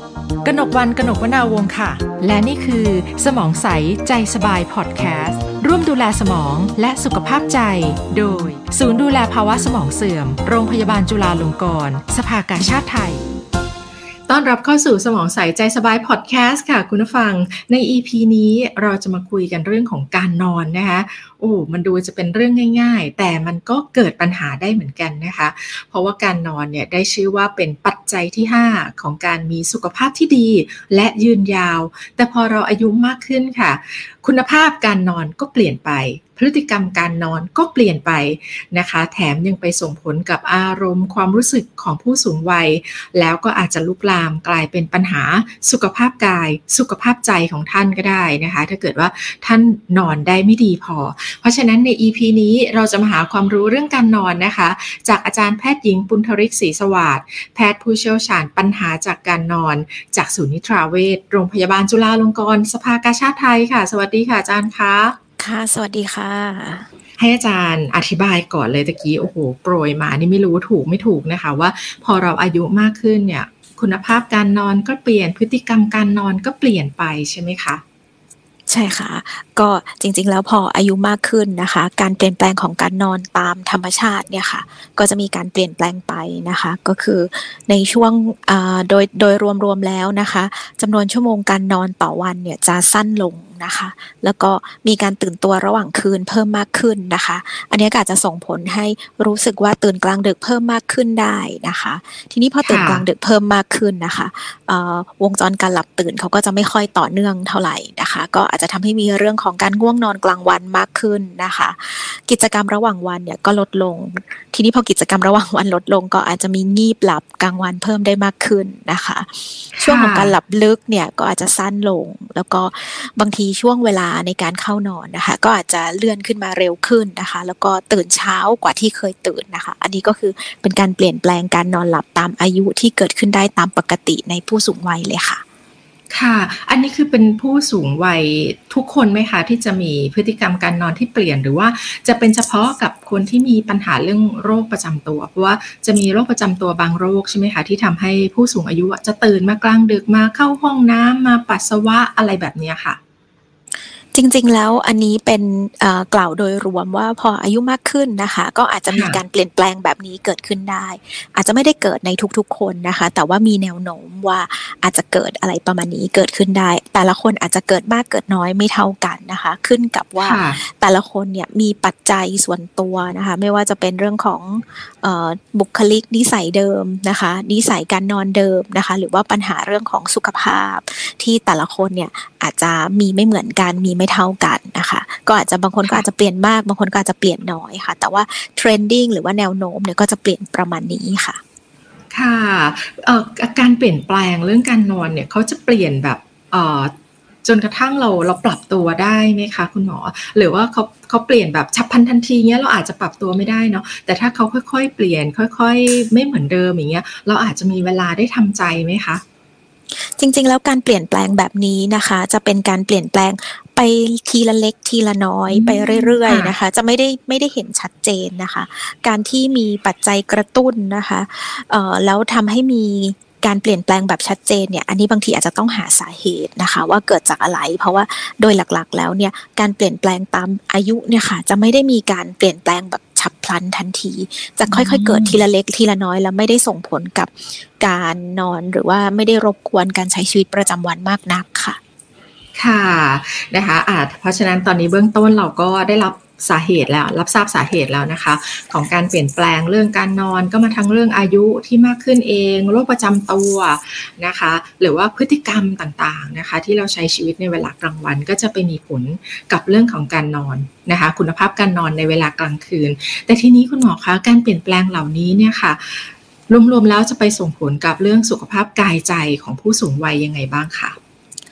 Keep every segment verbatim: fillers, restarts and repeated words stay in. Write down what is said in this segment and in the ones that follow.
กนกวรรณ กนกวนาวงศ์ค่ะและนี่คือสมองใสใจสบายพอดแคสต์ร่วมดูแลสมองและสุขภาพใจโดยศูนย์ดูแลภาวะสมองเสื่อมโรงพยาบาลจุฬาลงกรณ์สภากาชาดไทยต้อนรับเข้าสู่สมองใสใจสบายพอดแคสต์ค่ะคุณผู้ฟังใน อี พี นี้เราจะมาคุยกันเรื่องของการนอนนะคะโอ้มันดูจะเป็นเรื่องง่ายๆแต่มันก็เกิดปัญหาได้เหมือนกันนะคะเพราะว่าการนอนเนี่ยได้ชื่อว่าเป็นปัจจัยที่ห้าของการมีสุขภาพที่ดีและยืนยาวแต่พอเราอายุมากขึ้นค่ะคุณภาพการนอนก็เปลี่ยนไปพฤติกรรมการนอนก็เปลี่ยนไปนะคะแถมยังไปส่งผลกับอารมณ์ความรู้สึกของผู้สูงวัยแล้วก็อาจจะลุกลามกลายเป็นปัญหาสุขภาพกายสุขภาพใจของท่านก็ได้นะคะถ้าเกิดว่าท่านนอนได้ไม่ดีพอเพราะฉะนั้นใน อี พี นี้เราจะมาหาความรู้เรื่องการนอนนะคะจากอาจารย์แพทย์หญิงปุณธริกศรีสวัสดิ์แพทย์ผู้เชี่ยวชาญปัญหาจากการนอนจากศูนย์นิทราเวชโรงพยาบาลจุฬาลงกรณ์สภากาชาดไทยค่ะสวัสดีค่ะอาจารย์คะค่ะสวัสดีค่ะให้อาจารย์อธิบายก่อนเลยตะกี้โอ้โหโปรยมานี่ไม่รู้ถูกไม่ถูกนะคะว่าพอเราอายุมากขึ้นเนี่ยคุณภาพการนอนก็เปลี่ยนพฤติกรรมการนอนก็เปลี่ยนไปใช่ไหมคะใช่ค่ะก็จริงๆแล้วพออายุมากขึ้นนะคะการเปลี่ยนแปลงของการนอนตามธรรมชาติเนี่ยค่ะก็จะมีการเปลี่ยนแปลงไปนะคะก็คือในช่วงโดยโดยรวมๆแล้วนะคะจำนวนชั่วโมงการนอนต่อวันเนี่ยจะสั้นลงนะคะแล้วก็มีการตื่นตัวระหว่างคืนเพิ่มมากขึ้นนะคะอันนี้ก็อาจจะส่งผลให้รู้สึกว่าตื่นกลางดึกเพิ่มมากขึ้นได้นะคะทีนี้พอตื่นกลางดึกเพิ่มมากขึ้นนะคะวงจรการหลับตื่นเขาก็จะไม่ค่อยต่อเนื่องเท่าไหร่นะคะก็อาจจะทำให้มีเรื่องของการง่วงนอนกลางวันมากขึ้นนะคะกิจกรรมระหว่างวันเนี่ยก็ลดลงทีนี้พอกิจกรรมระหว่างวันลดลงก็อาจจะมีงีบหลับกลางวันเพิ่มได้มากขึ้นนะคะช่วงของการหลับลึกเนี่ยก็อาจจะสั้นลงแล้วก็บางทีช่วงเวลาในการเข้านอนนะคะก็อาจจะเลื่อนขึ้นมาเร็วขึ้นนะคะแล้วก็ตื่นเช้ากว่าที่เคยตื่นนะคะอันนี้ก็คือเป็นการเปลี่ยนแปลงการนอนหลับตามอายุที่เกิดขึ้นได้ตามปกติในผู้สูงวัยเลยค่ะค่ะอันนี้คือเป็นผู้สูงวัยทุกคนไหมคะที่จะมีพฤติกรรมการนอนที่เปลี่ยนหรือว่าจะเป็นเฉพาะกับคนที่มีปัญหาเรื่องโรคประจำตัวเพราะว่าจะมีโรคประจำตัวบางโรคใช่ไหมคะที่ทำให้ผู้สูงอายุจะตื่นมากลางดึกมาเข้าห้องน้ำมาปัสสาวะอะไรแบบนี้ค่ะจริงๆแล้วอันนี้เป็นกล่าวโดยรวมว่าพออายุมากขึ้นนะคะก็อาจจะมีการเปลี่ยนแปลงแบบนี้เกิดขึ้นได้อาจจะไม่ได้เกิดในทุกๆคนนะคะแต่ว่ามีแนวโน้มว่าอาจจะเกิดอะไรประมาณนี้เกิดขึ้นได้แต่ละคนอาจจะเกิดมากเกิดน้อยไม่เท่ากันนะคะขึ้นกับว่าแต่ละคนเนี่ยมีปัจจัยส่วนตัวนะคะไม่ว่าจะเป็นเรื่องของเอ่อบุคลิกนิสัยเดิมนะคะนิสัยการนอนเดิมนะคะหรือว่าปัญหาเรื่องของสุขภาพที่แต่ละคนเนี่ยอาจจะมีไม่เหมือนกันมีไม่เท่ากันนะคะก็อาจจะบางคนก็อาจจะเปลี่ยนมากบางคนก็อาจจะเปลี่ยนน้อยค่ะแต่ว่าเทรนดิ้งหรือว่าแนวโน้มเนี่ยก็จะเปลี่ยนประมาณนี้ค่ะค่ะเอ่อการเปลี่ยนแปลงเรื่องการนอนเนี่ยเขาจะเปลี่ยนแบบเอ่อจนกระทั่งเราเราปรับตัวได้ไหมคะคุณหมอหรือว่าเขาเขาเปลี่ยนแบบฉับพลันทันทีเงี้ยเราอาจจะปรับตัวไม่ได้เนาะแต่ถ้าเขาค่อยๆเปลี่ยนค่อยๆไม่เหมือนเดิมอย่างเงี้ยเราอาจจะมีเวลาได้ทำใจไหมคะจริงๆแล้วการเปลี่ยนแปลงแบบนี้นะคะจะเป็นการเปลี่ยนแปลงไปทีละเล็กทีละน้อยไปเรื่อยๆนะคะจะไม่ได้ไม่ได้เห็นชัดเจนนะคะการที่มีปัจจัยกระตุ้นนะคะเอ่อแล้วทำให้มีการเปลี่ยนแปลงแบบชัดเจนเนี่ยอันนี้บางทีอาจจะต้องหาสาเหตุนะคะว่าเกิดจากอะไรเพราะว่าโดยหลักๆแล้วเนี่ยการเปลี่ยนแปลงตามอายุเนี่ยค่ะจะไม่ได้มีการเปลี่ยนแปลงแบบฉับพลันทันทีจะค่อยๆเกิดทีละเล็กทีละน้อยแล้วไม่ได้ส่งผลกับการนอนหรือว่าไม่ได้รบกวนการใช้ชีวิตประจำวันมากนักค่ะค่ะนะคะอาจเพราะฉะนั้นตอนนี้เบื้องต้นเราก็ได้รับสาเหตุแล้วรับทราบสาเหตุแล้วนะคะของการเปลี่ยนแปลงเรื่องการนอนก็มาทั้งเรื่องอายุที่มากขึ้นเองโรคประจำตัวนะคะหรือว่าพฤติกรรมต่างๆนะคะที่เราใช้ชีวิตในเวลากลางวันก็จะไปมีผลกับเรื่องของการนอนนะคะคุณภาพการนอนในเวลากลางคืนแต่ทีนี้คุณหมอคะการเปลี่ยนแปลงเหล่านี้เนี่ยค่ะรวมๆแล้วจะไปส่งผลกับเรื่องสุขภาพกายใจของผู้สูงวัยยังไงบ้างคะ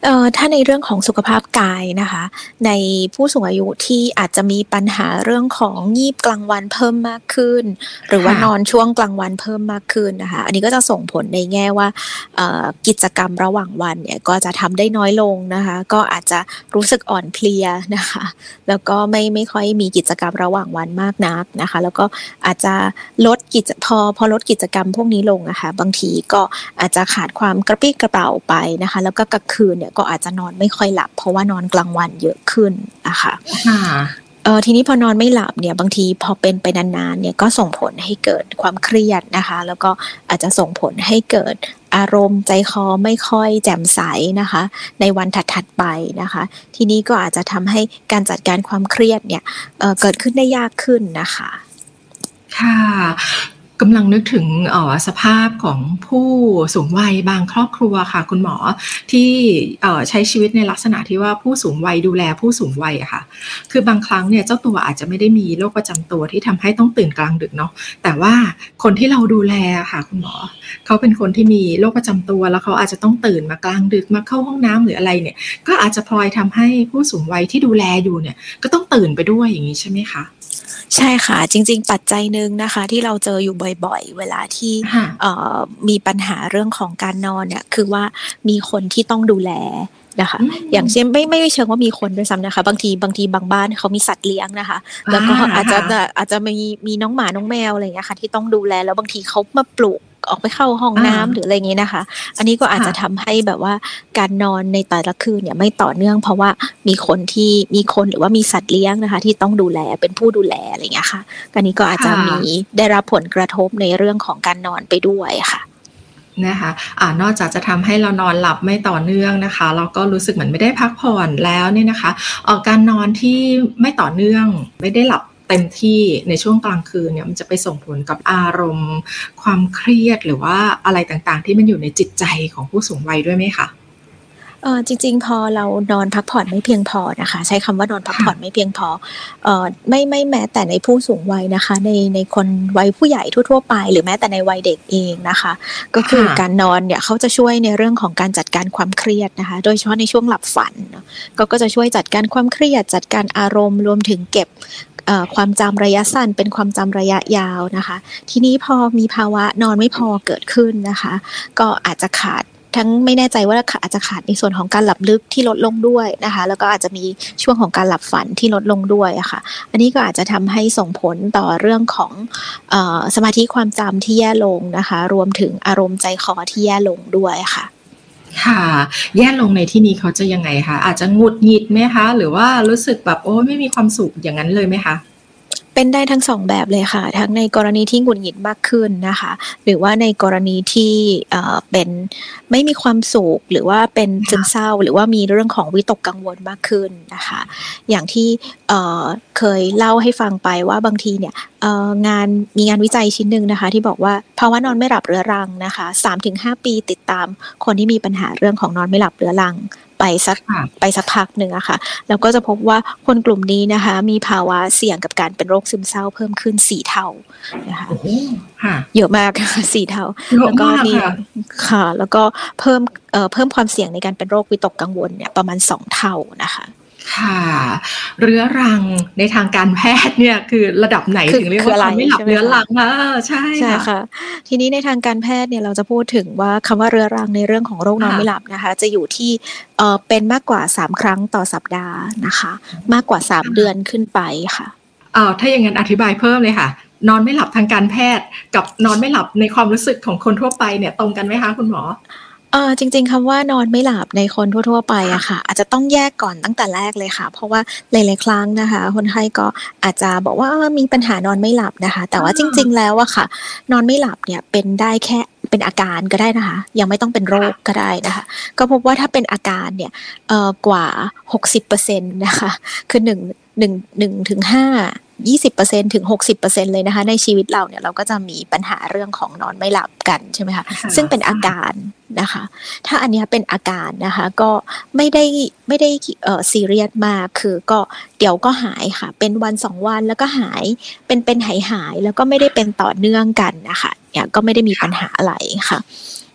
เอ่อถ้าในเรื่องของสุขภาพกายนะคะในผู้สูงอายุที่อาจจะมีปัญหาเรื่องของงีบกลางวันเพิ่มมากขึ้นหรือว่านอนช่วงกลางวันเพิ่มมากขึ้นนะคะอันนี้ก็จะส่งผลในแง่ว่าเอ่อกิจกรรมระหว่างวันเนี่ยก็จะทำได้น้อยลงนะคะก็อาจจะรู้สึกอ่อนเพลียนะคะแล้วก็ไม่ไม่ค่อยมีกิจกรรมระหว่างวันมากนักนะคะแล้วก็อาจจะลดกิจพอพอลดกิจกรรมพวกนี้ลงนะคะบางทีก็อาจจะขาดความกระปรี้กระเปร่าไปนะคะแล้วก็กลางคืนเนี่ยก็อาจจะนอนไม่ค่อยหลับเพราะว่านอนกลางวันเยอะขึ้นนะคะเออทีนี้พอนอนไม่หลับเนี่ยบางทีพอเป็นไปนานๆเนี่ยก็ส่งผลให้เกิดความเครียดนะคะแล้วก็อาจจะส่งผลให้เกิดอารมณ์ใจคอไม่ค่อยแจ่มใสนะคะในวันถัดๆไปนะคะทีนี้ก็อาจจะทำให้การจัดการความเครียดเนี่ย เอ่อ เกิดขึ้นได้ยากขึ้นนะคะค่ะกำลังนึกถึงเอ่อสภาพของผู้สูงวัยบางครอบครัวค่ะคุณหมอที่เอ่อใช้ชีวิตในลักษณะที่ว่าผู้สูงวัยดูแลผู้สูงวัยอะค่ะคือบางครั้งเนี่ยเจ้าตัวอาจจะไม่ได้มีโรคประจำตัวที่ทำให้ต้องตื่นกลางดึกเนาะแต่ว่าคนที่เราดูแลค่ะคุณหมอเขาเป็นคนที่มีโรคประจำตัวแล้วเขาอาจจะต้องตื่นมากลางดึกมาเข้าห้องน้ำหรืออะไรเนี่ยก็อาจจะพลอยทำให้ผู้สูงวัยที่ดูแลอยู่เนี่ยก็ต้องตื่นไปด้วยอย่างนี้ใช่ไหมคะใช่ค่ะจริงๆปัจจัยหนึ่งนะคะที่เราเจออยู่บ่อยๆเวลาที่เอ่อมีปัญหาเรื่องของการนอนเนี่ยคือว่ามีคนที่ต้องดูแลนะคะอย่างเช่นไม่ไม่เชิงว่ามีคนด้วยซ้ำนะคะบางทีบางทีบางบ้านเขามีสัตว์เลี้ยงนะคะแล้วก็อาจจะอาจจะมีมีน้องหมาน้องแมวอะไรอย่างเงี้ยค่ะที่ต้องดูแลแล้วบางทีเขามาปลุกออกไปเข้าห้องน้ำหรืออะไรอย่างงี้นะคะอันนี้ก็อาจจะทำให้แบบว่าการนอนในแต่ละคืนเนี่ยไม่ต่อเนื่องเพราะว่ามีคนที่มีคนหรือว่ามีสัตว์เลี้ยงนะคะที่ต้องดูแลเป็นผู้ดูแลอะไรอย่างเงี้ยค่ะอันนี้ก็อาจจะมีได้รับผลกระทบในเรื่องของการนอนไปด้วยค่ะนะคะอ่านอกจากจะทำให้เรานอนหลับไม่ต่อเนื่องนะคะเราก็รู้สึกเหมือนไม่ได้พักผ่อนแล้วเนี่ยนะคะเอ่อการนอนที่ไม่ต่อเนื่องไม่ได้หลับเต็มที่ในช่วงกลางคืนเนี่ยมันจะไปส่งผลกับอารมณ์ความเครียดหรือว่าอะไรต่างๆที่มันอยู่ในจิตใจของผู้สูงวัยด้วยไหมคะเอ่อจริงๆพอเรานอนพักผ่อนไม่เพียงพอนะคะใช้คำว่านอนพักผ่อนไม่เพียงพอเอ่อไม่ไม่แม้แต่ในผู้สูงวัยนะคะในในคนวัยผู้ใหญ่ทั่วๆไปหรือแม้แต่ในวัยเด็กเองนะคะก็คือการนอนเนี่ยเขาจะช่วยในเรื่องของการจัดการความเครียดนะคะโดยเฉพาะในช่วงหลับฝันเนาะก็ก็จะช่วยจัดการความเครียดจัดการอารมณ์รวมถึงเก็บความจำระยะสั้นเป็นความจำระยะยาวนะคะทีนี้พอมีภาวะนอนไม่พอเกิดขึ้นนะคะก็อาจจะขาดทั้งไม่แน่ใจว่าอาจจะขาดในส่วนของการหลับลึกที่ลดลงด้วยนะคะแล้วก็อาจจะมีช่วงของการหลับฝันที่ลดลงด้วยอะค่ะอันนี้ก็อาจจะทำให้ส่งผลต่อเรื่องของเอ่อสมาธิความจำที่แย่ลงนะคะรวมถึงอารมณ์ใจคอที่แย่ลงด้วยค่ะค่ะแย่ลงในที่นี้เขาจะยังไงคะอาจจะหงุดหงิดไหมคะหรือว่ารู้สึกแบบโอ้ไม่มีความสุขอย่างนั้นเลยไหมคะเป็นได้ทั้งสองแบบเลยค่ะทั้งในกรณีที่หงุดหงิดมากขึ้นนะคะหรือว่าในกรณีที่เอ่อเป็นไม่มีความสุขหรือว่าเป็นซึมเศร้าหรือว่ามีเรื่องของวิตกกังวลมากขึ้นนะคะอย่างที่เอ่อเคยเล่าให้ฟังไปว่าบางทีเนี่ยเอ่องานมีงานวิจัยชิ้นนึงนะคะที่บอกว่าภาวะนอนไม่หลับเรื้อรังนะคะ สามถึงห้า ปีติดตามคนที่มีปัญหาเรื่องของนอนไม่หลับเรื้อรังไปสักไปสักพักหนึ่งอะค่ะแล้วก็จะพบว่าคนกลุ่มนี้นะคะมีภาวะเสี่ยงกับการเป็นโรคซึมเศร้าเพิ่มขึ้นสี่เท่านะคะเยอะมากค่ะสี่เท่าแล้วก็มีค่ะแล้วก็เพิ่มเอ่อเพิ่มความเสี่ยงในการเป็นโรควิตกกังวลเนี่ยประมาณสองเท่านะคะค่ะเรื้อรังในทางการแพทย์เนี่ยคือระดับไหนถึงเรียกว่าไม่หลับเรื้อรังอ่ะใช่ใช่ค่ะทีนี้ในทางการแพทย์เนี่ยเราจะพูดถึงว่าคำว่าเรื้อรังในเรื่องของโรคนอนไม่หลับนะคะจะอยู่ที่เอ่อเป็นมากกว่าสามครั้งต่อสัปดาห์นะคะมากกว่าสามเดือนขึ้นไปค่ะอ้าวถ้าอย่างนั้นอธิบายเพิ่มเลยค่ะนอนไม่หลับทางการแพทย์กับนอนไม่หลับในความรู้สึกของคนทั่วไปเนี่ยตรงกันไหมคะคุณหมอเออจริงๆคำว่านอนไม่หลับในคนทั่วๆไปอะค่ะอาจจะต้องแยกก่อนตั้งแต่แรกเลยค่ะเพราะว่าหลายๆครั้งนะคะคนไข้ก็อาจจะบอกว่ามีปัญหานอนไม่หลับนะคะแต่ว่าจริงๆแล้วอะค่ะนอนไม่หลับเนี่ยเป็นได้แค่เป็นอาการก็ได้นะคะยังไม่ต้องเป็นโรคก็ได้นะคะก็พบว่าถ้าเป็นอาการเนี่ยเอ่อกว่า หกสิบเปอร์เซ็นต์ นะคะคือหนึ่ง หนึ่ง หนึ่งถึงห้ายี่สิบเปอร์เซ็นต์ ถึง หกสิบเปอร์เซ็นต์ เลยนะคะในชีวิตเราเนี่ยเราก็จะมีปัญหาเรื่องของนอนไม่หลับกันใช่ไหมคะซึ่งเป็นอาการนะคะถ้าอันนี้เป็นอาการนะคะก็ไม่ได้ไม่ได้เอ่อซีเรียสมากคือก็เดี๋ยวก็หายค่ะเป็นวันสองวันแล้วก็หายเป็นเป็นหายหายแล้วก็ไม่ได้เป็นต่อเนื่องกันนะคะเนี่ยก็ไม่ได้มีปัญหาอะไรค่ะ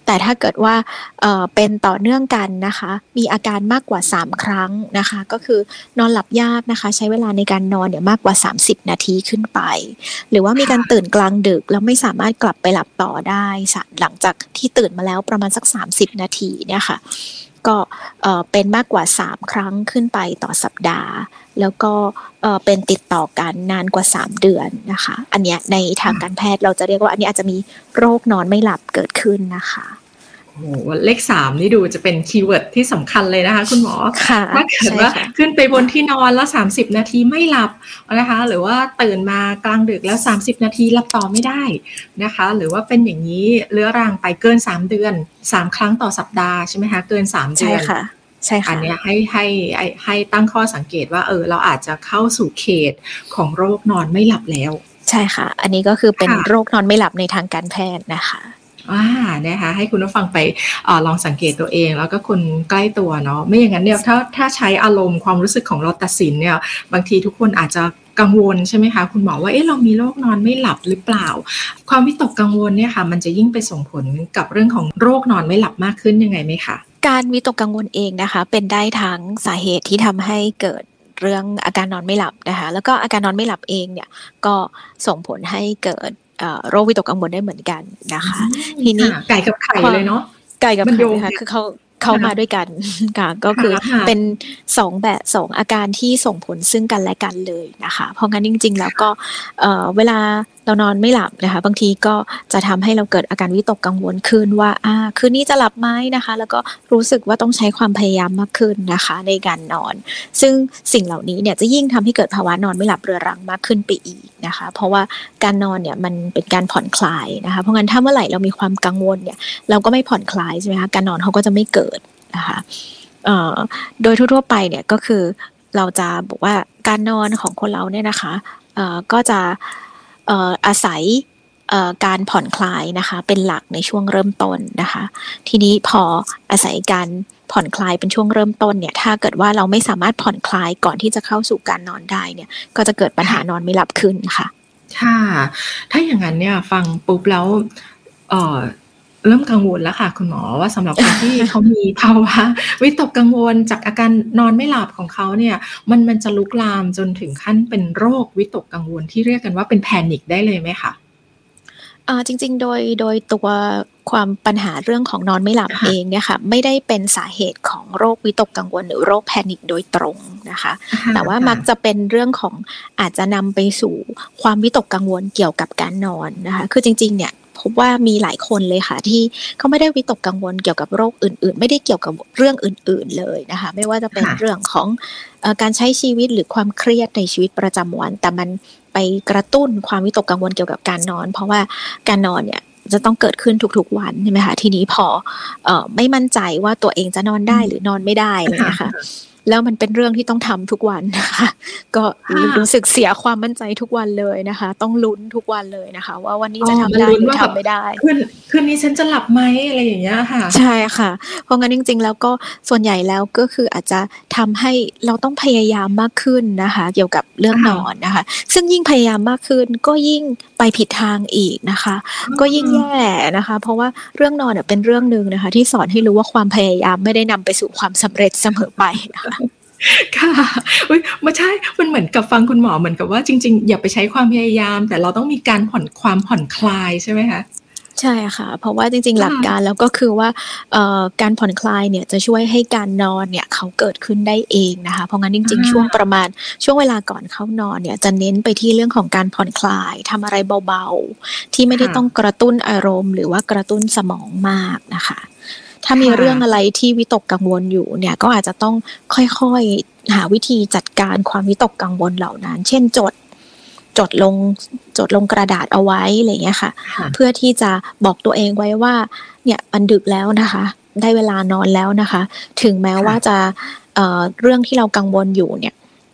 แต่ถ้าเกิดว่าเอ่อเป็นต่อเนื่องกันนะคะมีอาการมากกว่าสามครั้งนะคะก็คือนอนหลับยากนะคะใช้เวลาในการนอนเนี่ยมากกว่าสามสิบนาทีขึ้นไปหรือว่ามีการตื่นกลางดึกแล้วไม่สามารถกลับไปหลับต่อได้หลังจากที่ตื่นมาแล้วประมาณสักสามสิบนาทีเนี่ยค่ะก็เอ่อเป็นมากกว่าสามครั้งขึ้นไปต่อสัปดาห์แล้วก็เอ่อเป็นติดต่อกันนานกว่าสามเดือนนะคะอันเนี้ยในทางการแพทย์เราจะเรียกว่าอันนี้อาจจะมีโรคนอนไม่หลับเกิดขึ้นนะคะโอ้เลขสามนี่ดูจะเป็นคีย์เวิร์ดที่สำคัญเลยนะคะคุณหมอถ้าเกิดว่าขึ้นไปบนที่นอนแล้วสามสิบนาทีไม่หลับนะคะหรือว่าตื่นมากลางดึกแล้วสามสิบนาทีหลับต่อไม่ได้นะคะหรือว่าเป็นอย่างนี้เรื้อรังไปเกินสามเดือนสามครั้งต่อสัปดาห์ใช่ไหมคะเกินสามเดือนใช่ค่ะใช่ค่ะอันนี้ให้ให้ให้ตั้งข้อสังเกตว่าเออเราอาจจะเข้าสู่เขตของโรคนอนไม่หลับแล้วใช่ค่ะอันนี้ก็คือเป็นโรคนอนไม่หลับในทางการแพทย์นะคะอ่านะคะให้คุณผู้ฟังไปเอ่อลองสังเกตตัวเองแล้วก็คนใกล้ตัวเนาะไม่อย่างนั้นเนี่ยถ้าถ้าใช้อารมณ์ความรู้สึกของเราตัดสินเนี่ยบางทีทุกคนอาจจะกังวลใช่ไหมคะคุณหมอว่าเอ๊ะเรามีโรคนอนไม่หลับหรือเปล่าความวิตกกังวลเนี่ยค่ะมันจะยิ่งไปส่งผลกับเรื่องของโรคนอนไม่หลับมากขึ้นยังไงไหมคะการวิตกกังวลเองนะคะเป็นได้ทั้งสาเหตุที่ทำให้เกิดเรื่องอาการนอนไม่หลับนะคะแล้วก็อาการนอนไม่หลับเองเนี่ยก็ส่งผลให้เกิดโรควิตกกังวลได้เหมือนกันนะคะทีนี้ไก่กับไข่เลยเนาะไก่กับไข่นะคะคือเขาเข้ามาด้วยกันค่ะก็คือเป็นสองแบบสองอาการที่ส่งผลซึ่งกันและกันเลยนะคะเพราะงั้นจริงๆแล้วก็เอ่อเวลาเรานอนไม่หลับนะคะบางทีก็จะทำให้เราเกิดอาการวิตกกังวลขึ้นว่าอ่าคืนนี้จะหลับไหมนะคะแล้วก็รู้สึกว่าต้องใช้ความพยายามมากขึ้นนะคะในการนอนซึ่งสิ่งเหล่านี้เนี่ยจะยิ่งทำให้เกิดภาวะนอนไม่หลับเรื้อรังมากขึ้นไปอีกนะคะเพราะว่าการนอนเนี่ยมันเป็นการผ่อนคลายนะคะเพราะงั้นถ้าเมื่อไหร่เรามีความกังวลเนี่ยเราก็ไม่ผ่อนคลายใช่ไหมคะการนอนเขาก็จะไม่เกิดนะคะโดยทั่วๆไปเนี่ยก็คือเราจะบอกว่าการนอนของคนเราเนี่ยนะคะก็จะอาศัยการผ่อนคลายนะคะเป็นหลักในช่วงเริ่มต้นนะคะทีนี้พออาศัยการผ่อนคลายเป็นช่วงเริ่มต้นเนี่ยถ้าเกิดว่าเราไม่สามารถผ่อนคลายก่อนที่จะเข้าสู่การนอนได้เนี่ยก็จะเกิดปัญหานอนไม่หลับขึ้นค่ะค่ะถ้าอย่างนั้นเนี่ยฟังปุ๊บแล้วเอ่อเริ่มกังวลแล้วค่ะคุณหมอว่าสำหรับคนที่ เขามีภาวะวิตกกังวลจากอาการนอนไม่หลับของเขาเนี่ยมันมันจะลุกลามจนถึงขั้นเป็นโรควิตกกังวลที่เรียกกันว่าเป็นแพนิคได้เลยไหมคะอ่าจริงๆโดยโดยตัวความปัญหาเรื่องของนอนไม่หลับเองเนี่ยค่ะไม่ได้เป็นสาเหตุของโรควิตกกังวลหรือโรคแพนิคโดยตรงนะคะแต่ว่ามักจะเป็นเรื่องของอาจจะนำไปสู่ความวิตกกังวลเกี่ยวกับการนอนนะคะคือจริงๆเนี่ยพบว่ามีหลายคนเลยค่ะที่เขาไม่ได้วิตกกังวลเกี่ยวกับโรคอื่นๆไม่ได้เกี่ยวกับเรื่องอื่นๆเลยนะคะไม่ว่าจะเป็นเรื่องของเอ่อการใช้ชีวิตหรือความเครียดในชีวิตประจำวันแต่มันไปกระตุ้นความวิตกกังวลเกี่ยวกับการนอนเพราะว่าการนอนเนี่ยจะต้องเกิดขึ้นทุกๆวันใช่ไหมคะทีนี้พอเอ่อไม่มั่นใจว่าตัวเองจะนอนได้หรือนอนไม่ได้อะไรนะคะแล้วมันเป็นเรื่องที่ต้องทำทุกวันนะคะก็รู้สึกเสียความมั่นใจทุกวันเลยนะคะต้องลุ้นทุกวันเลยนะคะว่าวันนี้จะทำได้หรือทำไม่ได้คืนคืนนี้ฉันจะหลับไหมอะไรอย่างเงี้ยค่ะใช่ค่ะเพราะงั้นจริงๆแล้วก็ส่วนใหญ่แล้วก็คืออาจจะทำให้เราต้องพยายามมากขึ้นนะคะเกี่ยวกับเรื่องนอนนะคะซึ่งยิ่งพยายามมากขึ้นก็ยิ่งไปผิดทางอีกนะคะก็ยิ่งแย่นะคะเพราะว่าเรื่องนอนเนี่ยเป็นเรื่องนึงนะคะที่สอนให้รู้ว่าความพยายามไม่ได้นำไปสู่ความสำเร็จเสมอไปนะคะค่ะอุ๊ยไม่ใช่มันเหมือนกับฟังคุณหมอเหมือนกับว่าจริงๆอย่าไปใช้ความพยายามแต่เราต้องมีการผ่อนความผ่อนคลายใช่ไหมคะใช่ค่ะเพราะว่าจริงๆหลักการแล้วก็คือว่าการผ่อนคลายเนี่ยจะช่วยให้การนอนเนี่ยเขาเกิดขึ้นได้เองนะคะเพราะงั้นจริงๆช่วงประมาณช่วงเวลาก่อนเข้านอนเนี่ยจะเน้นไปที่เรื่องของการผ่อนคลายทำอะไรเบาๆที่ไม่ได้ต้องกระตุ้นอารมณ์หรือว่ากระตุ้นสมองมากนะคะถ้ามีเรื่องอะไรที่วิตกกังวลอยู่เนี่ยก็อาจจะต้องค่อยๆหาวิธีจัดการความวิตกกังวลเหล่านั้นเช่นจดจดลงจดลงกระดาษเอาไว้อะไรอย่างเงี้ยค่ะเพื่อที่จะบอกตัวเองไว้ว่าเนี่ยมันดึกแล้วนะคะได้เวลานอนแล้วนะคะถึงแม้ว่าจะเอ่อเรื่องที่เรากังวลอยู่เนี่ย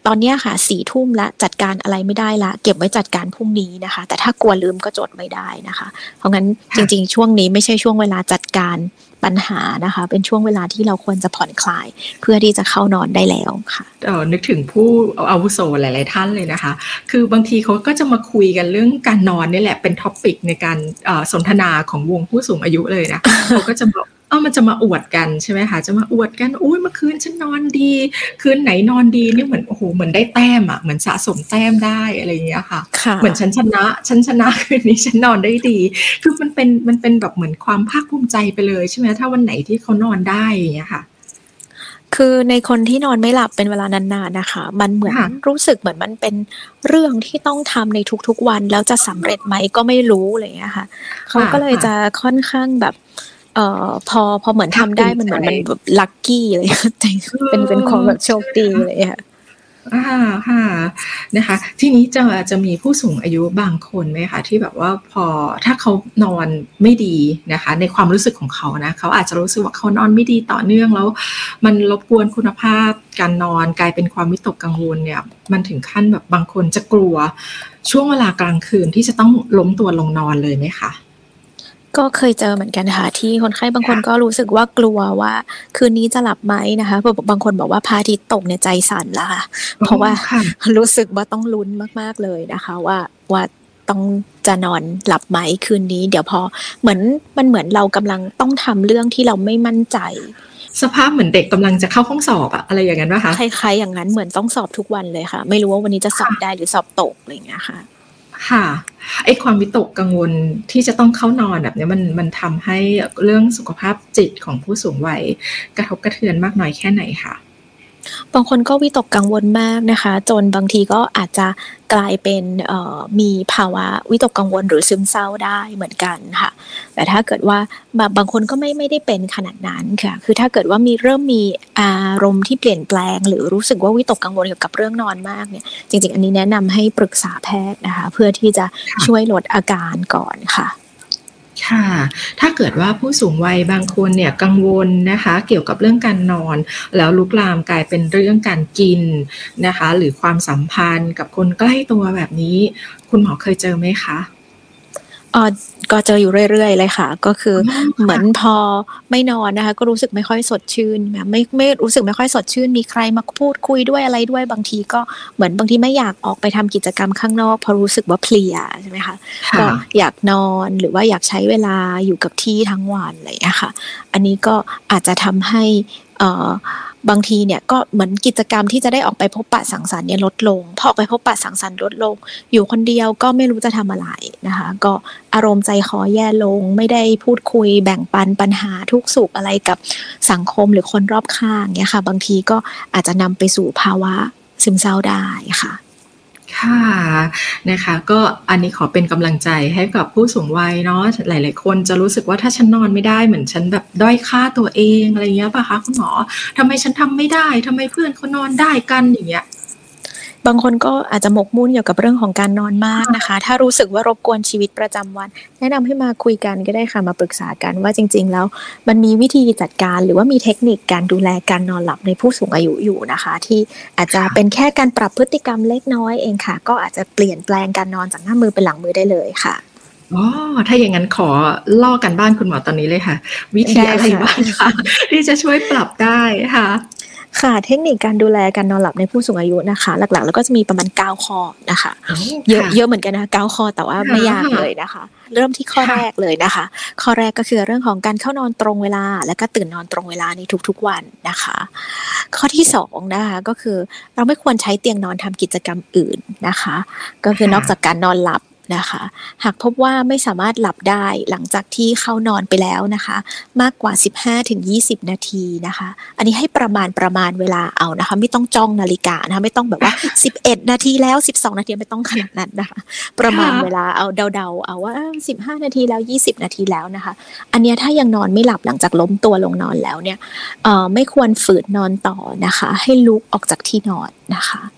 ตอนนี้ค่ะสี่ทุ่มละจัดการอะไรไม่ได้ละเก็บไว้จัดการพรุ่งนี้นะคะแต่ถ้ากลัวลืมก็จดไม่ได้นะคะเพราะงั้นจริงๆช่วงนี้ไม่ใช่ช่วงเวลาจัดการปัญหานะคะเป็นช่วงเวลาที่เราควรจะผ่อนคลายเพื่อที่จะเข้านอนได้แล้วค่ะเอ่อนึกถึงผู้อาวุโสหลายๆท่านเลยนะคะคือบางทีเขาก็จะมาคุยกันเรื่องการนอนนี่แหละเป็นท็อปิกในการสนทนาของวงผู้สูงอายุเลยนะเขาก็จะบอกเออมันจะมาอวดกันใช่ไหมคะจะมาอวดกันอุ้ยเมื่อคืนฉันนอนดีคืนไหนนอนดีนี่เหมือนโอ้โหเหมือนได้แต้มอ่ะเหมือนสะสมแต้มได้อะไรอย่างเงี้ยค่ะเหมือนฉันชนะฉันชนะคืนนี้ฉันนอนได้ดีคือมันเป็นมันเป็นแบบเหมือนความภาคภูมิใจไปเลยใช่ไหมถ้าวันไหนที่เขานอนได้อย่างเงี้ยค่ะคือในคนที่นอนไม่หลับเป็นเวลานานๆนะคะมันเหมือนรู้สึกเหมือนมันเป็นเรื่องที่ต้องทำในทุกๆวันแล้วจะสำเร็จไหมก็ไม่รู้อะไรอย่างเงี้ยค่ะเขาก็เลยจะค่อนข้างแบบเอ่อพอพอเหมือนทำได้มันเหมือนมันแบบลัคกี้เลยเป็นเป็นความแบบโชคดีเลยค่ะอ่าค่ะนะคะทีนี้จะจะมีผู้สูงอายุบางคนไหมคะที่แบบว่าพอถ้าเขานอนไม่ดีนะคะในความรู้สึกของเขานะเขาอาจจะรู้สึกว่าเขานอนไม่ดีต่อเนื่องแล้วมันรบกวนคุณภาพการนอนกลายเป็นความวิตกกังวลเนี่ยมันถึงขั้นแบบบางคนจะกลัวช่วงเวลากลางคืนที่จะต้องล้มตัวลงนอนเลยไหมคะก็เคยเจอเหมือนกันค่ะที่คนไข้บางคนก็รู้สึกว่ากลัวว่าคืนนี้จะหลับไหมนะคะบางคนบอกว่าพระอาทิตย์ตกเนี่ยใจสั่นแล้วค่ะเพราะว่ารู้สึกว่าต้องลุ้นมากๆเลยนะคะว่าว่าต้องจะนอนหลับไหมคืนนี้เดี๋ยวพอเหมือนมันเหมือนเรากำลังต้องทำเรื่องที่เราไม่มั่นใจสภาพเหมือนเด็กกำลังจะเข้าห้องสอบอะอะไรอย่างนั้นป่ะคะคล้ายๆอย่างนั้นเหมือนต้องสอบทุกวันเลยค่ะไม่รู้ว่าวันนี้จะสอบได้หรือสอบตกอะไรอย่างเงี้ยค่ะค่ะไอ้ความวิตกกังวลที่จะต้องเข้านอนแบบนี้มันมันทำให้เรื่องสุขภาพจิตของผู้สูงวัยกระทบกระเทือนมากน้อยแค่ไหนคะบางคนก็วิตกกังวลมากนะคะจนบางทีก็อาจจะกลายเป็นมีภาวะวิตกกังวลหรือซึมเศร้าได้เหมือนกันค่ะแต่ถ้าเกิดว่าบางคนก็ไม่ไม่ได้เป็นขนาดนั้นค่ะคือถ้าเกิดว่ามีเริ่มมีอารมณ์ที่เปลี่ยนแปลงหรือรู้สึกว่าวิตกกังวลเกี่ยวกับเรื่องนอนมากเนี่ยจริงๆอันนี้แนะนำให้ปรึกษาแพทย์นะคะเพื่อที่จะช่วยลดอาการก่อนค่ะค่ะถ้าเกิดว่าผู้สูงวัยบางคนเนี่ยกังวลนะคะเกี่ยวกับเรื่องการนอนแล้วลุกลามกลายเป็นเรื่องการกินนะคะหรือความสัมพันธ์กับคนใกล้ตัวแบบนี้คุณหมอเคยเจอไหมคะอ๋อก็เจออยู่เรื่อยๆเลยค่ะก็คือเหมือนพอไม่นอนนะคะก็รู้สึกไม่ค่อยสดชื่นแบบไม่ไม่รู้สึกไม่ค่อยสดชื่นมีใครมาพูดคุยด้วยอะไรด้วยบางทีก็เหมือนบางทีไม่อยากออกไปทำกิจกรรมข้างนอกเพราะรู้สึกว่าเพลียใช่ไหมคะก็อยากนอนหรือว่าอยากใช้เวลาอยู่กับที่ทั้งวันอะไรอย่างเงี้ยค่ะอันนี้ก็อาจจะทำให้เอ่อบางทีเนี่ยก็เหมือนกิจกรรมที่จะได้ออกไปพบปะสังสรรค์เนี่ยลดลงพอออกไปพบปะสังสรรค์ลดลงอยู่คนเดียวก็ไม่รู้จะทำอะไรนะคะก็อารมณ์ใจคอแย่ลงไม่ได้พูดคุยแบ่งปันปัญหาทุกสุขอะไรกับสังคมหรือคนรอบข้างเนี่ยค่ะบางทีก็อาจจะนำไปสู่ภาวะซึมเศร้าได้ค่ะค่ะนะคะก็อันนี้ขอเป็นกำลังใจให้กับผู้สูงวัยเนาะหลายๆคนจะรู้สึกว่าถ้าฉันนอนไม่ได้เหมือนฉันแบบด้อยค่าตัวเองอะไรเงี้ยป่ะคะคุณหมอทำไมฉันทำไม่ได้ทำไมเพื่อนเขานอนได้กันอย่างเงี้ยบางคนก็อาจจะหมกมุ่นเกี่ยวกับเรื่องของการนอนมากนะคะถ้ารู้สึกว่ารบกวนชีวิตประจำวันแนะนำให้มาคุยกันก็ได้ค่ะมาปรึกษากันว่าจริงๆแล้วมันมีวิธีจัดการหรือว่ามีเทคนิคการดูแลการนอนหลับในผู้สูงอายุอยู่นะคะที่อาจจะเป็นแค่การปรับพฤติกรรมเล็กน้อยเองค่ะก็อาจจะเปลี่ยนแปลงการนอนจากหน้ามือเป็นหลังมือได้เลยค่ะอ๋อถ้าอย่างนั้นขอล่อกันบ้านคุณหมอตอนนี้เลยค่ะวิธีอะไรบ้างคะที่จะช่วยปรับได้ค่ะค่ะเทคนิคการดูแลการนอนหลับในผู้สูงอายุนะคะหลักๆแล้วก็จะมีประมาณเก้าข้อนะคะเยอะเยอะเหมือนกันนะคะเก้าข้อแต่ว่าไม่ยากเลยนะคะเริ่มที่ข้อแรกเลยนะคะข้อแรกก็คือเรื่องของการเข้านอนตรงเวลาและก็ตื่นนอนตรงเวลาในทุกๆวันนะคะข้อที่สองนะคะก็คือเราไม่ควรใช้เตียงนอนทำกิจกรรมอื่นนะคะก็คือนอกจากการนอนหลับนะคะหากพบว่าไม่สามารถหลับได้หลังจากที่เข้านอนไปแล้วนะคะมากกว่า สิบห้าถึงยี่สิบ นาทีนะคะอันนี้ให้ประมาณประมาณเวลาเอานะคะไม่ต้องจ้องนาฬิกานะคะไม่ต้องแบบว่าสิบเอ็ดนาทีแล้วสิบสองนาทีไม่ต้องขนาดนั้นนะคะประมาณเวลาเอาเดาๆเอาว่าสิบห้านาทีแล้วยี่สิบนาทีแล้วนะคะอันนี้ถ้ายังนอนไม่หลับหลังจากล้มตัวลงนอนแล้วเนี่ยเอ่อไม่ควรฝืนนอนต่อนะคะให้ลุกออกจากที่นอนนะคะ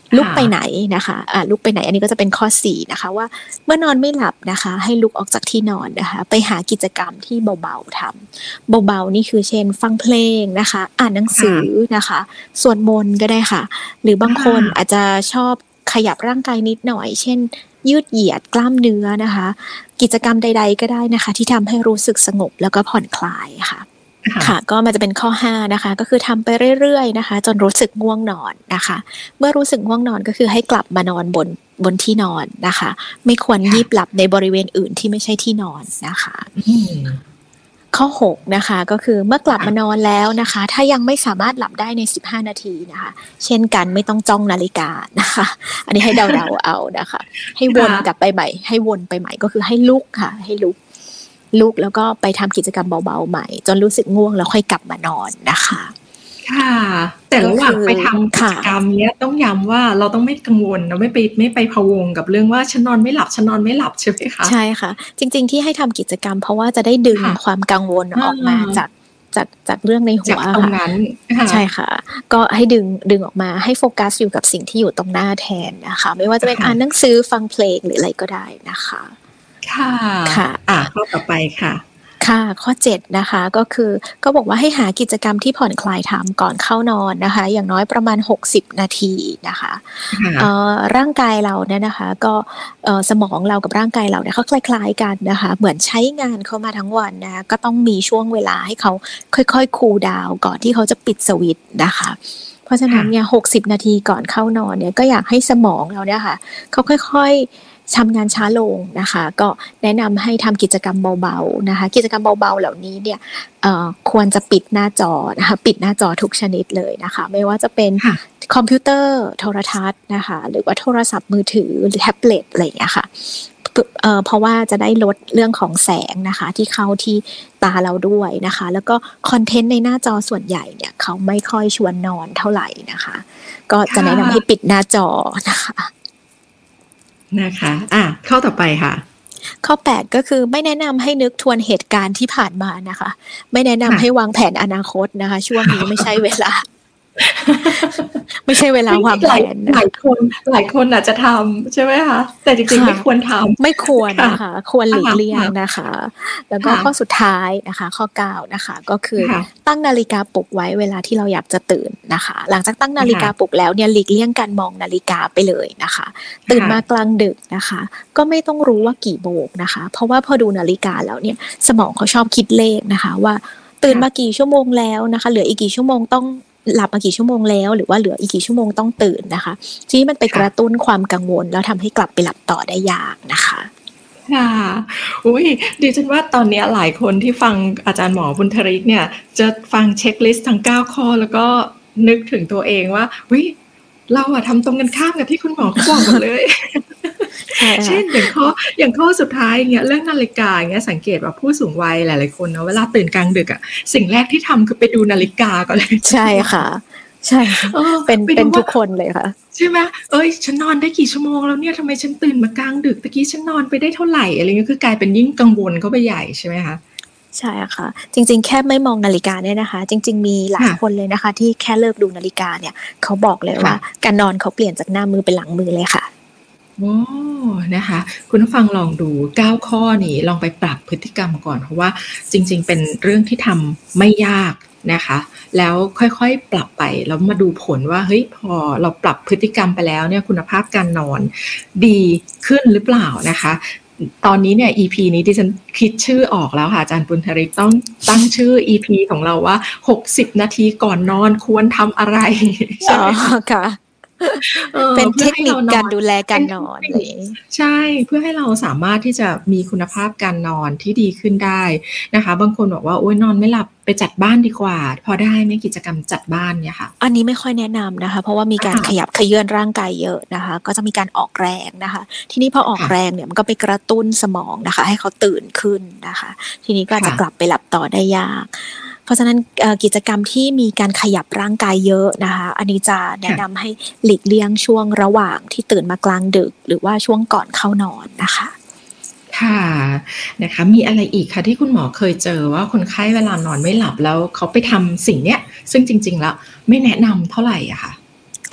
ลุกไปไหนนะคะอ่าลุกไปไหนอันนี้ก็จะเป็นข้อสี่นะคะว่าเมื่อนอนไม่หลับนะคะให้ลุกออกจากที่นอนนะคะไปหากิจกรรมที่เบาๆทำเบาๆนี่คือเช่นฟังเพลงนะคะอ่านหนังสือนะคะสวดมนต์ก็ได้ค่ะหรือบางคนอาจจะชอบขยับร่างกายนิดหน่อยเช่นยืดเหยียดกล้ามเนื้อนะคะกิจกรรมใดๆก็ได้นะคะที่ทำให้รู้สึกสงบแล้วก็ผ่อนคลายค่ะค่ะก็มันจะเป็นข้อห้านะคะก็คือทำไปเรื่อยๆนะคะจนรู้สึกง่วงนอนนะคะเมื่อรู้สึกง่วงนอนก็คือให้กลับมานอนบนบนที่นอนนะคะไม่ควรยีบหลับในบริเวณอื่นที่ไม่ใช่ที่นอนนะคะข้อหกนะคะก็คือเมื่อกลับมานอนแล้วนะคะถ้ายังไม่สามารถหลับได้ในสิบห้านาทีนะคะเช่นกันไม่ต้องจ้องนาฬิกานะคะอันนี้ให้เดาๆเอานะคะให้วนกลับไปใหม่ให้วนไปใหม่ก็คือให้ลุกค่ะให้ลุกลุกแล้วก็ไปทำกิจกรรมเบาๆใหม่จนรู้สึกง่วงแล้วค่อยกลับมานอนนะคะค่ะแต่ระหว่างไปทำกิจกรรมเนี้ยต้องย้ำว่าเราต้องไม่กังวลเราไม่ไปไม่ไปพะวงกับเรื่องว่าฉันนอนไม่หลับฉันนอนไม่หลับใช่ไหมคะใช่ค่ะจริงๆที่ให้ทำกิจกรรมเพราะว่าจะได้ดึงความกังวลออกมาจากจากจากเรื่องในหัวตรงนั้นใช่ค่ะก็ให้ดึงดึงออกมาให้โฟกัสอยู่กับสิ่งที่อยู่ตรงหน้าแทนนะคะไม่ว่าจะเป็นอ่านหนังสือฟังเพลงหรืออะไรก็ได้นะคะค่ะค่ะอ่ะข้อต่อไปค่ะค่ะข้อเจ็ดนะคะก็คือก็บอกว่าให้หากิจกรรมที่ผ่อนคลายทำก่อนเข้านอนนะคะอย่างน้อยประมาณหกสิบนาทีนะคะเอ่อร่างกายเราเนี่ยนะคะก็เอ่อสมองเรากับร่างกายเราเนี่ยเขาคล้ายๆกันนะคะเหมือนใช้งานเข้ามาทั้งวันนะก็ต้องมีช่วงเวลาให้เขาค่อยๆคูลดาวน์ก่อนที่เขาจะปิดสวิตช์นะคะเพราะฉะนั้นเนี่ยหกสิบนาทีก่อนเข้านอนเนี่ยก็อยากให้สมองเราเนี่ยค่ะเขาค่อยๆทำงานช้าลงนะคะก็แนะนำให้ทำกิจกรรมเบาๆนะคะกิจกรรมเบาๆเหล่านี้เนี่ยควรจะปิดหน้าจอนะคะปิดหน้าจอทุกชนิดเลยนะคะไม่ว่าจะเป็นคอมพิวเตอร์โทรทัศน์นะคะหรือว่าโทรศัพท์มือถือหรือแท็บเล็ตอะไรอย่างเงี้ยค่ะเอ่อเพราะว่าจะได้ลดเรื่องของแสงนะคะที่เข้าที่ตาเราด้วยนะคะแล้วก็คอนเทนต์ในหน้าจอส่วนใหญ่เนี่ยเขาไม่ค่อยชวนนอนเท่าไหร่นะคะก็จะแนะนำให้ปิดหน้าจอนะคะนะคะอ่ะข้อต่อไปค่ะข้อแปดก็คือไม่แนะนำให้นึกทวนเหตุการณ์ที่ผ่านมานะคะไม่แนะนำให้วางแผนอนาคตนะคะช่วงนี้ไม่ใช่เวลาไม่ใช่เวลาวางแผนหลายคนหลายคนอาจจะทำใช่ไหมคะแต่จริงๆไม่ควรทำไม่ควรนะคะควรหลีกเลี่ยงนะคะแล้วก็ข้อสุดท้ายนะคะข้อเก้านะคะก็คือตั้งนาฬิกาปลุกไว้เวลาที่เราอยากจะตื่นนะคะหลังจากตั้งนาฬิกาปลุกแล้วเนี่ยหลีกเลี่ยงการมองนาฬิกาไปเลยนะคะตื่นมากลางดึกนะคะก็ไม่ต้องรู้ว่ากี่โมงนะคะเพราะว่าพอดูนาฬิกาแล้วเนี่ยสมองเขาชอบคิดเลขนะคะว่าตื่นมากี่ชั่วโมงแล้วนะคะเหลืออีกกี่ชั่วโมงต้องหลับมากี่ชั่วโมงแล้วหรือว่าเหลืออีกกี่ชั่วโมงต้องตื่นนะคะทีนี้มันไปกระตุ้นความกังวลแล้วทำให้กลับไปหลับต่อได้ยากนะคะค่ะอุ้ยดิฉันว่าตอนนี้หลายคนที่ฟังอาจารย์หมอบุญทริกเนี่ยจะฟังเช็คลิสต์ทั้งเก้าข้อแล้วก็นึกถึงตัวเองว่าอุ้ยเราอะทำตรงกันข้ามกับที่คุณหมอเขาบอกหมดเลยเช่นอย่างข้ออย่างข้อสุดท้ายเงี้ยเรื่องนาฬิกาเงี้ยสังเกตว่าผู้สูงวัยหลายๆคนเนาะเวลาตื่นกลางดึกอะสิ่งแรกที่ทำคือไปดูนาฬิกาก่อนเลยใช่ค่ะใช่เป็นเป็นทุกคนเลยค่ะใช่ไหมเอ้ยฉันนอนได้กี่ชั่วโมงแล้วเนี่ยทำไมฉันตื่นมากลางดึกตะกี้ฉันนอนไปได้เท่าไหร่อะไรเงี้ยคือกลายเป็นยิ่งกังวลเข้าไปใหญ่ใช่ไหมคะใช่ค่ะจริงๆแค่ไม่มองนาฬิกาเนี่ยนะคะจริงๆมีหลายคนเลยนะคะที่แค่เลิกดูนาฬิกาเนี่ยเขาบอกเลยว่าการนอนเขาเปลี่ยนจากหน้ามือเป็นหลังมือเลยค่ะโอ้นะคะคุณผู้ฟังลองดูเก้าข้อนี้ลองไปปรับพฤติกรรมก่อนเพราะว่าจริงๆเป็นเรื่องที่ทำไม่ยากนะคะแล้วค่อยๆปรับไปแล้วมาดูผลว่าเฮ้ยพอเราปรับพฤติกรรมไปแล้วเนี่ยคุณภาพการนอนดีขึ้นหรือเปล่านะคะตอนนี้เนี่ย อี พี นี้ที่ฉันคิดชื่อออกแล้วค่ะอาจารย์ปุณธริกต้องตั้งชื่อ อี พี ของเราว่าหกสิบนาทีก่อนนอนควรทำอะไรใช่ค่ะเป็นเทคนิคการดูแลการนอนเลยใช่เพื่อให้เราสามารถที่จะมีคุณภาพการนอนที่ดีขึ้นได้นะคะบางคนบอกว่าโอ๊ยนอนไม่หลับไปจัดบ้านดีกว่าพอได้ไหมกิจกรรมจัดบ้านเนี่ยค่ะอันนี้ไม่ค่อยแนะนำนะคะเพราะว่ามีการขยับเขยื้อนร่างกายเยอะนะคะก็จะมีการออกแรงนะคะทีนี้พอออกแรงเนี่ยมันก็ไปกระตุ้นสมองนะคะให้เขาตื่นขึ้นนะคะทีนี้ก็จะกลับไปหลับต่อได้ยากเพราะฉะนั้นกิจกรรมที่มีการขยับร่างกายเยอะนะคะอันนี้จะแนะนำให้หลีกเลี่ยงช่วงระหว่างที่ตื่นมากลางดึกหรือว่าช่วงก่อนเข้านอนนะคะค่ะนะคะมีอะไรอีกคะที่คุณหมอเคยเจอว่าคนไข้เวลานอนไม่หลับแล้วเขาไปทำสิ่งเนี้ยซึ่งจริงๆแล้วไม่แนะนำเท่าไหร่อะค่ะป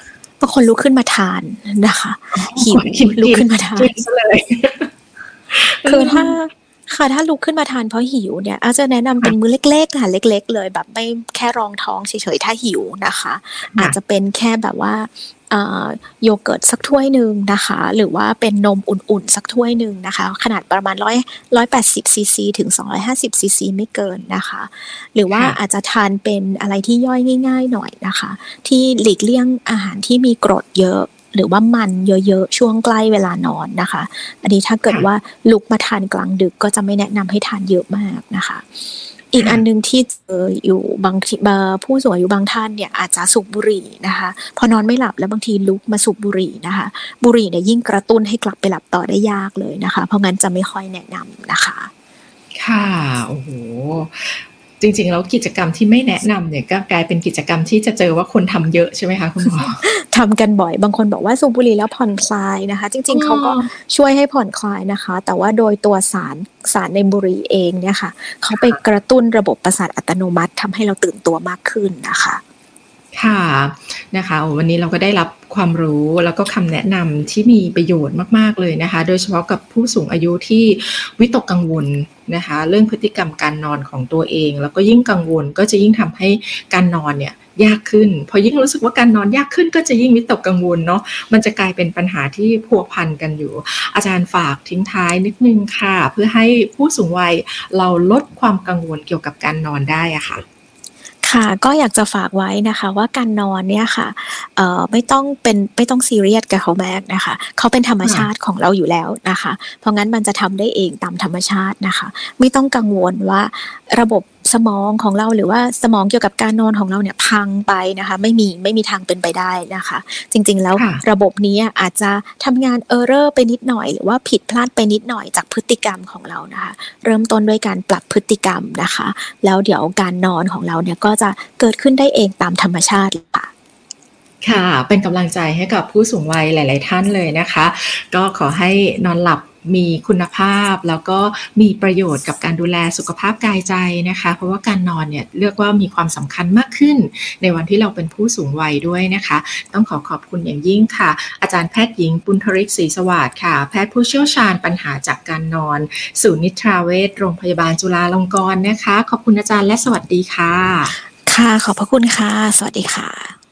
างคนลุกขึ้นมาทานนะคะหิวลุกขึ้นมาทานเลยคือถ้าค่ะถ้าลุกขึ้นมาทานเพราะหิวเนี่ยอาจจะแนะนำเป็นมื้อเล็กๆค่ะเล็กๆเลยแบบไม่แค่รองท้องเฉยๆถ้าหิวนะคะอาจจะเป็นแค่แบบว่าโยเกิร์ตสักถ้วยนึงนะคะหรือว่าเป็นนมอุ่นๆสักถ้วยนึงนะคะขนาดประมาณหนึ่งร้อย หนึ่งร้อยแปดสิบซีซีถึงสองร้อยห้าสิบซีซีไม่เกินนะคะหรือว่าอาจจะทานเป็นอะไรที่ย่อยง่ายๆหน่อยนะคะที่หลีกเลี่ยงอาหารที่มีกรดเยอะหรือว่ามันเยอะๆช่วงใกล้เวลานอนนะคะอันนี้ถ้าเกิดว่าลุกมาทานกลางดึกก็จะไม่แนะนำให้ทานเยอะมากนะคะอีกอันนึงที่เจออยู่บางผู้สูงอายุบางท่านเนี่ยอาจจะสูบบุหรี่นะคะพอนอนไม่หลับแล้วบางทีลุกมาสูบบุหรี่นะคะบุหรี่เนี่ยยิ่งกระตุ้นให้กลับไปหลับต่อได้ยากเลยนะคะเพราะงั้นจะไม่ค่อยแนะนำนะคะค่ะโอ้โหจริงๆแล้วกิจกรรมที่ไม่แนะนำเนี่ยก็กลายเป็นกิจกรรมที่จะเจอว่าคนทำเยอะใช่ไหมคะคุณหมอทำกันบ่อยบางคนบอกว่าสูบบุหรี่แล้วผ่อนคลายนะคะจริงๆเขาก็ช่วยให้ผ่อนคลายนะคะแต่ว่าโดยตัวสารสารในบุหรี่เองเนี่ยค่ะเขาไปกระตุ้นระบบประสาทอัตโนมัติทำให้เราตื่นตัวมากขึ้นนะคะค่ะนะคะวันนี้เราก็ได้รับความรู้แล้วก็คำแนะนำที่มีประโยชน์มากๆเลยนะคะโดยเฉพาะกับผู้สูงอายุที่วิตกกังวลนะคะเรื่องพฤติกรรมการนอนของตัวเองแล้วก็ยิ่งกังวลก็จะยิ่งทำให้การนอนเนี่ยยากขึ้นพอยิ่งรู้สึกว่าการนอนยากขึ้นก็จะยิ่งวิตกกังวลเนาะมันจะกลายเป็นปัญหาที่พัวพันกันอยู่อาจารย์ฝากทิ้งท้ายนิดนึงค่ะเพื่อให้ผู้สูงวัยเราลดความกังวลเกี่ยวกับการนอนได้อะค่ะค่ะก็อยากจะฝากไว้นะคะว่าการนอนเนี่ยค่ะเอ่อไม่ต้องเป็นไม่ต้องซีเรียสกับเขามากนะคะเขาเป็นธรรมชาติของเราอยู่แล้วนะคะเพราะงั้นมันจะทำได้เองตามธรรมชาตินะคะไม่ต้องกังวลว่าระบบสมองของเราหรือว่าสมองเกี่ยวกับการนอนของเราเนี่ยพังไปนะคะไม่มีไม่มีทางเป็นไปได้นะคะจริงๆแล้วระบบนี้อาจจะทำงานเออร์เรอร์ไปนิดหน่อยหรือว่าผิดพลาดไปนิดหน่อยจากพฤติกรรมของเรานะคะเริ่มต้นด้วยการปรับพฤติกรรมนะคะแล้วเดี๋ยวการนอนของเราเนี่ยก็จะเกิดขึ้นได้เองตามธรรมชาติค่ะค่ะเป็นกำลังใจให้กับผู้สูงวัยหลายๆท่านเลยนะคะก็ขอให้นอนหลับมีคุณภาพแล้วก็มีประโยชน์กับการดูแลสุขภาพกายใจนะคะเพราะว่าการนอนเนี่ยเรียกว่ามีความสำคัญมากขึ้นในวันที่เราเป็นผู้สูงวัยด้วยนะคะต้องขอขอบคุณอย่างยิ่งค่ะอาจารย์แพทย์หญิงปุณธริกศรีสวัสดิ์ค่ะแพทย์ผู้เชี่ยวชาญปัญหาจากการนอนศูนย์นิทราเวชโรงพยาบาลจุฬาลงกรณ์นะคะขอบคุณอาจารย์และสวัสดีค่ะค่ะขอบพระคุณค่ะสวัสดีค่ะ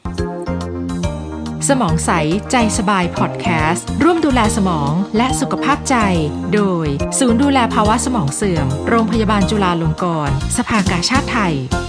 สมองใสใจสบายพอดแคสต์ร่วมดูแลสมองและสุขภาพใจโดยศูนย์ดูแลภาวะสมองเสื่อมโรงพยาบาลจุฬาลงกรณ์สภากาชาดไทย